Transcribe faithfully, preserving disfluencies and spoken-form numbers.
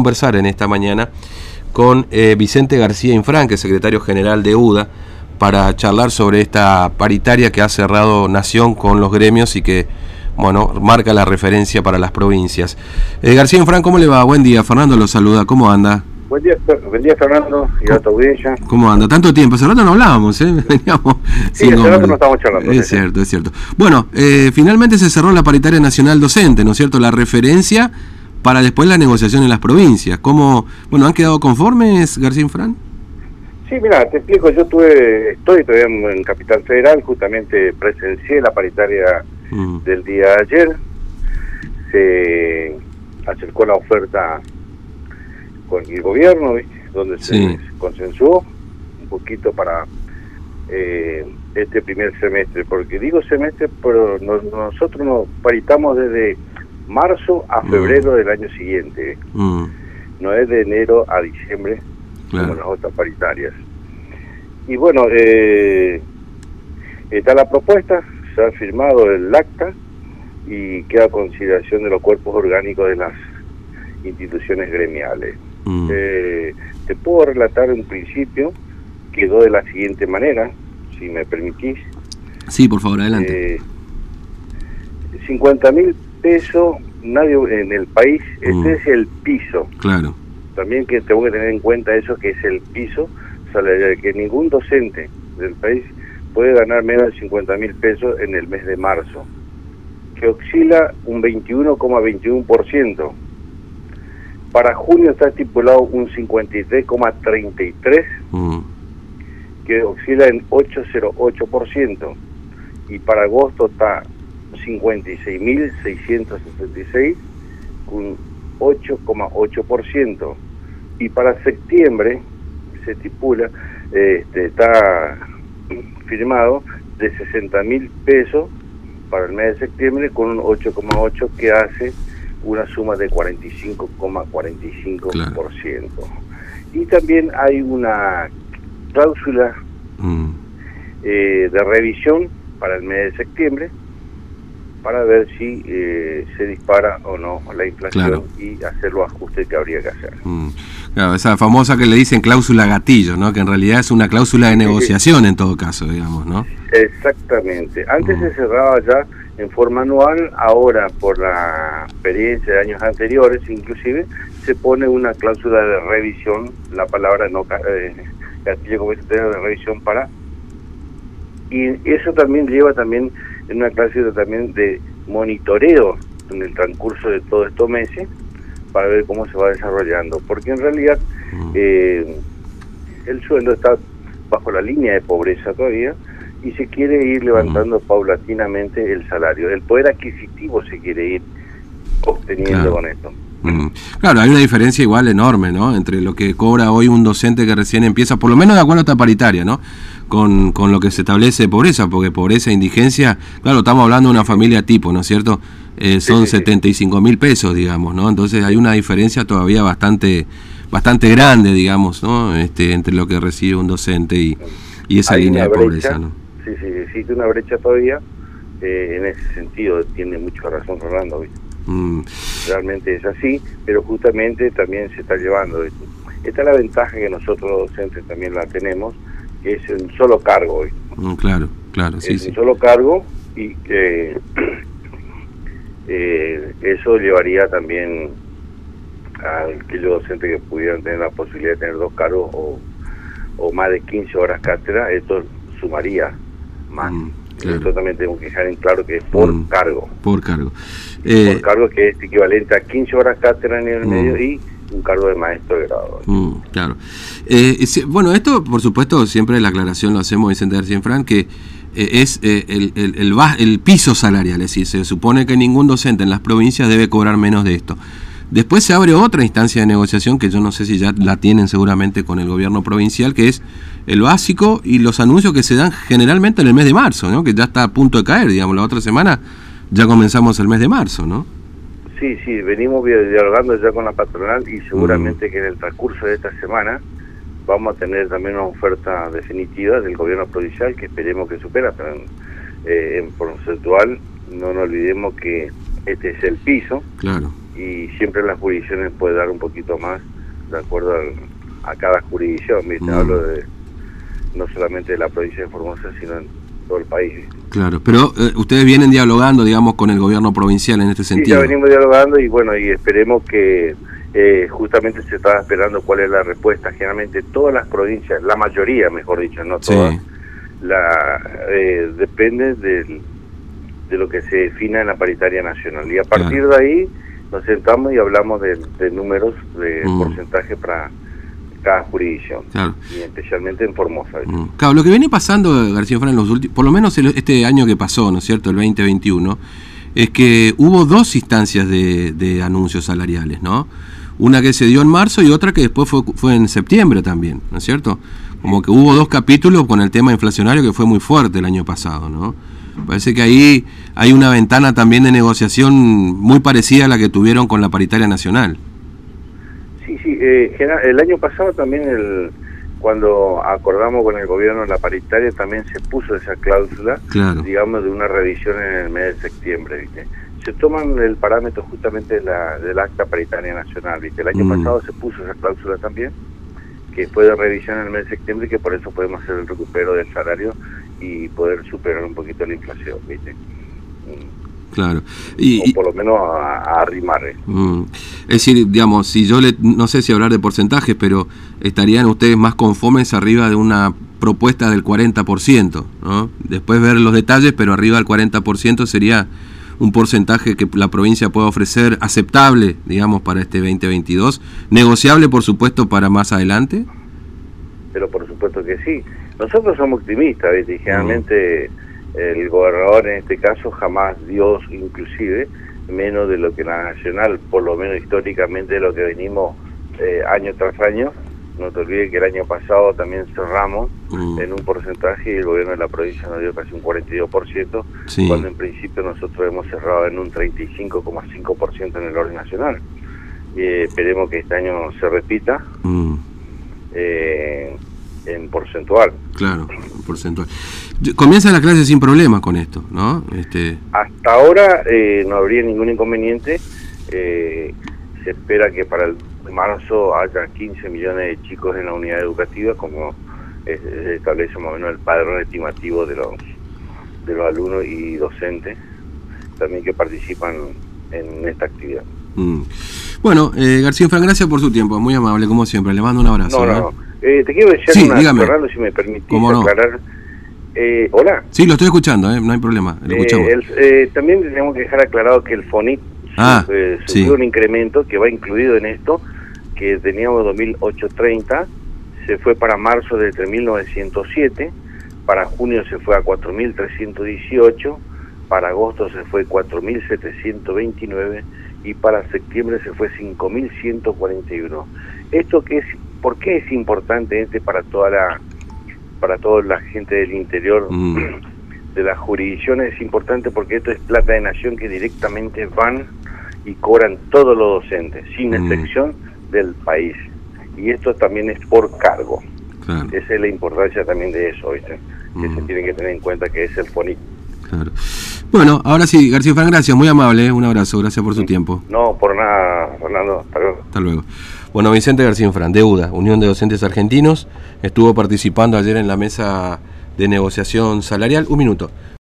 conversar en esta mañana con eh, Vicente García Infran, que es secretario general de U D A, para charlar sobre esta paritaria que ha cerrado Nación con los gremios y que, bueno, marca la referencia para las provincias. Eh, García Infran, ¿cómo le va? Buen día, Fernando lo saluda, ¿cómo anda? Buen día, buen día Fernando y a tu audiencia. ¿Cómo anda? Tanto tiempo, hace rato no hablábamos, ¿eh? Veníamos sí, hace rato no estamos charlando. Es sí, cierto, es cierto. Bueno, eh, finalmente se cerró la paritaria nacional docente, ¿no es cierto? La referencia para después la negociación en las provincias. ¿Cómo, bueno, han quedado conformes, García Infran? Sí, mira, te explico, yo tuve, estoy todavía en Capital Federal, justamente presencié la paritaria mm. del día de ayer, se acercó la oferta con el gobierno, ¿viste? Donde se sí. consensuó un poquito para eh, este primer semestre, porque digo semestre, pero no, nosotros nos paritamos desde marzo a febrero mm. del año siguiente, mm. no es de enero a diciembre, claro, como las otras paritarias. Y bueno, eh, está la propuesta, se ha firmado el acta y queda a consideración de los cuerpos orgánicos de las instituciones gremiales. Mm. Eh, te puedo relatar un principio, quedó de la siguiente manera, si me permitís. Sí, por favor, adelante. Eh, cincuenta mil pesos, nadie en el país, mm. este es el piso. Claro. También que tengo que tener en cuenta eso, que es el piso salarial, que ningún docente del país puede ganar menos de cincuenta mil pesos en el mes de marzo, que oscila un veintiuno coma veintiuno por ciento. Para junio está estipulado un cincuenta y tres coma treinta y tres por ciento, mm. que oscila en ocho coma cero ocho por ciento. Y para agosto está cincuenta y seis mil seiscientos sesenta y seis, con ocho coma ocho por ciento. Y para septiembre se estipula, este, está firmado de sesenta mil pesos para el mes de septiembre con un ocho coma ocho por ciento, que hace una suma de cuarenta y cinco coma cuarenta y cinco por ciento. Claro. Y también hay una cláusula mm. eh, de revisión para el mes de septiembre, para ver si eh, se dispara o no la inflación, claro, y hacer los ajustes que habría que hacer. Mm. Claro, esa famosa que le dicen cláusula gatillo, ¿no? Que en realidad es una cláusula de negociación en todo caso, digamos, ¿no? Exactamente. Antes mm. se cerraba ya en forma anual, ahora por la experiencia de años anteriores, inclusive, se pone una cláusula de revisión, la palabra no eh, gatillo como dice, de revisión para... Y eso también lleva también en una cláusula también de monitoreo en el transcurso de todos estos meses para ver cómo se va desarrollando, porque en realidad eh, el sueldo está bajo la línea de pobreza todavía y se quiere ir levantando mm. paulatinamente el salario, el poder adquisitivo se quiere ir obteniendo, claro, con esto. Mm. Claro, hay una diferencia igual enorme, ¿no? Entre lo que cobra hoy un docente que recién empieza, por lo menos de acuerdo a esta paritaria, ¿no? Con, con lo que se establece de pobreza, porque pobreza e indigencia, claro, estamos hablando de una familia tipo, ¿no es cierto? Eh, son sí, sí, setenta y cinco mil pesos, digamos, ¿no? Entonces hay una diferencia todavía bastante bastante grande, digamos, ¿no? Este, entre lo que recibe un docente y, y esa hay línea de brecha, pobreza, ¿no? Sí, sí, existe una brecha todavía, eh, en ese sentido tiene mucha razón Fernando, ¿viste? Mm. Realmente es así, pero justamente también se está llevando esto. Esta es la ventaja que nosotros los docentes también la tenemos, que es un solo cargo. Mm, claro, claro, sí, es sí. un solo cargo y que eh, eso llevaría también a aquellos docentes que pudieran tener la posibilidad de tener dos cargos o, o más de quince horas cátedra, esto sumaría más. Mm. Claro. Esto también tenemos que dejar en claro que es por mm, cargo. Por cargo. Eh, por cargo, que es equivalente a quince horas cátedra en el mm, medio y un cargo de maestro de grado. Mm, claro. Eh, bueno, esto, por supuesto, siempre la aclaración lo hacemos, Vicente García Infran, que eh, es eh, el, el, el, el, el piso salarial, es decir, se supone que ningún docente en las provincias debe cobrar menos de esto. Después se abre otra instancia de negociación que yo no sé si ya la tienen seguramente con el gobierno provincial, que es el básico y los anuncios que se dan generalmente en el mes de marzo, ¿no? Que ya está a punto de caer, digamos, la otra semana ya comenzamos el mes de marzo, ¿no? Sí, sí, venimos dialogando ya con la patronal y seguramente mm. que en el transcurso de esta semana vamos a tener también una oferta definitiva del gobierno provincial que esperemos que supera, pero eh, en porcentual no nos olvidemos que este es el piso. Claro. y siempre en las jurisdicciones puede dar un poquito más de acuerdo a, a cada jurisdicción, ¿viste? Mm. Hablo de no solamente de la provincia de Formosa, sino en todo el país, ¿viste? Claro, pero eh, ustedes vienen dialogando, digamos, con el gobierno provincial en este sentido. Sí, ya venimos dialogando y bueno, y esperemos que eh, justamente se estaba esperando cuál es la respuesta. Generalmente todas las provincias, la mayoría, mejor dicho, no todas, sí. la eh, depende del, de lo que se defina en la paritaria nacional. Y a partir claro. de ahí nos sentamos y hablamos de, de números, de mm. porcentaje para cada jurisdicción, claro. y especialmente en Formosa. Mm. Claro, lo que viene pasando, García Fran, en los últimos, por lo menos este año que pasó, ¿no es cierto?, el veinte veintiuno, es que hubo dos instancias de, de anuncios salariales, ¿no? Una que se dio en marzo y otra que después fue, fue en septiembre también, ¿no es cierto? Como que hubo dos capítulos con el tema inflacionario que fue muy fuerte el año pasado, ¿no? Parece que ahí hay una ventana también de negociación muy parecida a la que tuvieron con la paritaria nacional. Sí, sí, eh, el año pasado también, el, cuando acordamos con el gobierno la paritaria, también se puso esa cláusula, claro. digamos, de una revisión en el mes de septiembre, ¿viste? Se toman el parámetro justamente de la, del acta paritaria nacional, ¿viste? El año mm. pasado se puso esa cláusula también, que fue de revisión en el mes de septiembre, y que por eso podemos hacer el recupero del salario y poder superar un poquito la inflación, ¿viste? Claro. Y, o por lo menos a, a arrimar. ¿eh? Mm. Es decir, digamos, si yo le, no sé si hablar de porcentajes, pero estarían ustedes más conformes arriba de una propuesta del cuarenta por ciento, ¿no? Después ver los detalles, pero arriba del cuarenta por ciento sería un porcentaje que la provincia pueda ofrecer aceptable, digamos, para este veinte veintidós, negociable, por supuesto, para más adelante. Pero por supuesto que sí. Nosotros somos optimistas, ¿viste? Y generalmente mm. el gobernador en este caso jamás dio, inclusive, menos de lo que la nacional, por lo menos históricamente, de lo que venimos eh, año tras año. No te olvides que el año pasado también cerramos mm. en un porcentaje y el gobierno de la provincia nos dio casi un cuarenta y dos por ciento, sí. cuando en principio nosotros hemos cerrado en un treinta y cinco coma cinco por ciento en el orden nacional. Y eh, esperemos que este año se repita. Mm. Eh, en porcentual. Claro, en porcentual. Comienza la clase sin problemas con esto, ¿no? Este... Hasta ahora eh, no habría ningún inconveniente. Eh, se espera que para el marzo haya quince millones de chicos en la unidad educativa, como eh, se establece más o menos el padrón estimativo de los de los alumnos y docentes también que participan en esta actividad. Mm. Bueno, eh, García Fran, gracias por su tiempo, muy amable como siempre, le mando un abrazo. No, no, ¿no? no. Eh, te quiero decir, sí, una, dígame. Fernando, si me permitís no? aclarar. Eh, ¿Hola? Sí, lo estoy escuchando, eh, no hay problema, lo escuchamos. Eh, el, eh, también tenemos que dejar aclarado que el FONIT ah, su, eh, sufrió sí. un incremento que va incluido en esto, que teníamos dos mil ochocientos treinta, se fue para marzo de tres mil novecientos siete, para junio se fue a cuatro mil trescientos dieciocho, para agosto se fue cuatro mil setecientos veintinueve y para septiembre se fue cinco mil ciento cuarenta y uno. Esto que es, ¿por qué es importante este para toda la para toda la gente del interior mm. de las jurisdicciones? Es importante porque esto es plata de nación que directamente van y cobran todos los docentes, sin mm. excepción del país. Y esto también es por cargo. Claro. Esa es la importancia también de eso, ¿viste? Mm. Que se tiene que tener en cuenta que es el FONIT. Claro. Bueno, ahora sí, García Fran, gracias, muy amable, ¿eh? Un abrazo, gracias por su tiempo. No, por nada, Fernando, hasta luego. Hasta luego. Bueno, Vicente García Fran, de U D A, Unión de Docentes Argentinos, estuvo participando ayer en la mesa de negociación salarial. Un minuto.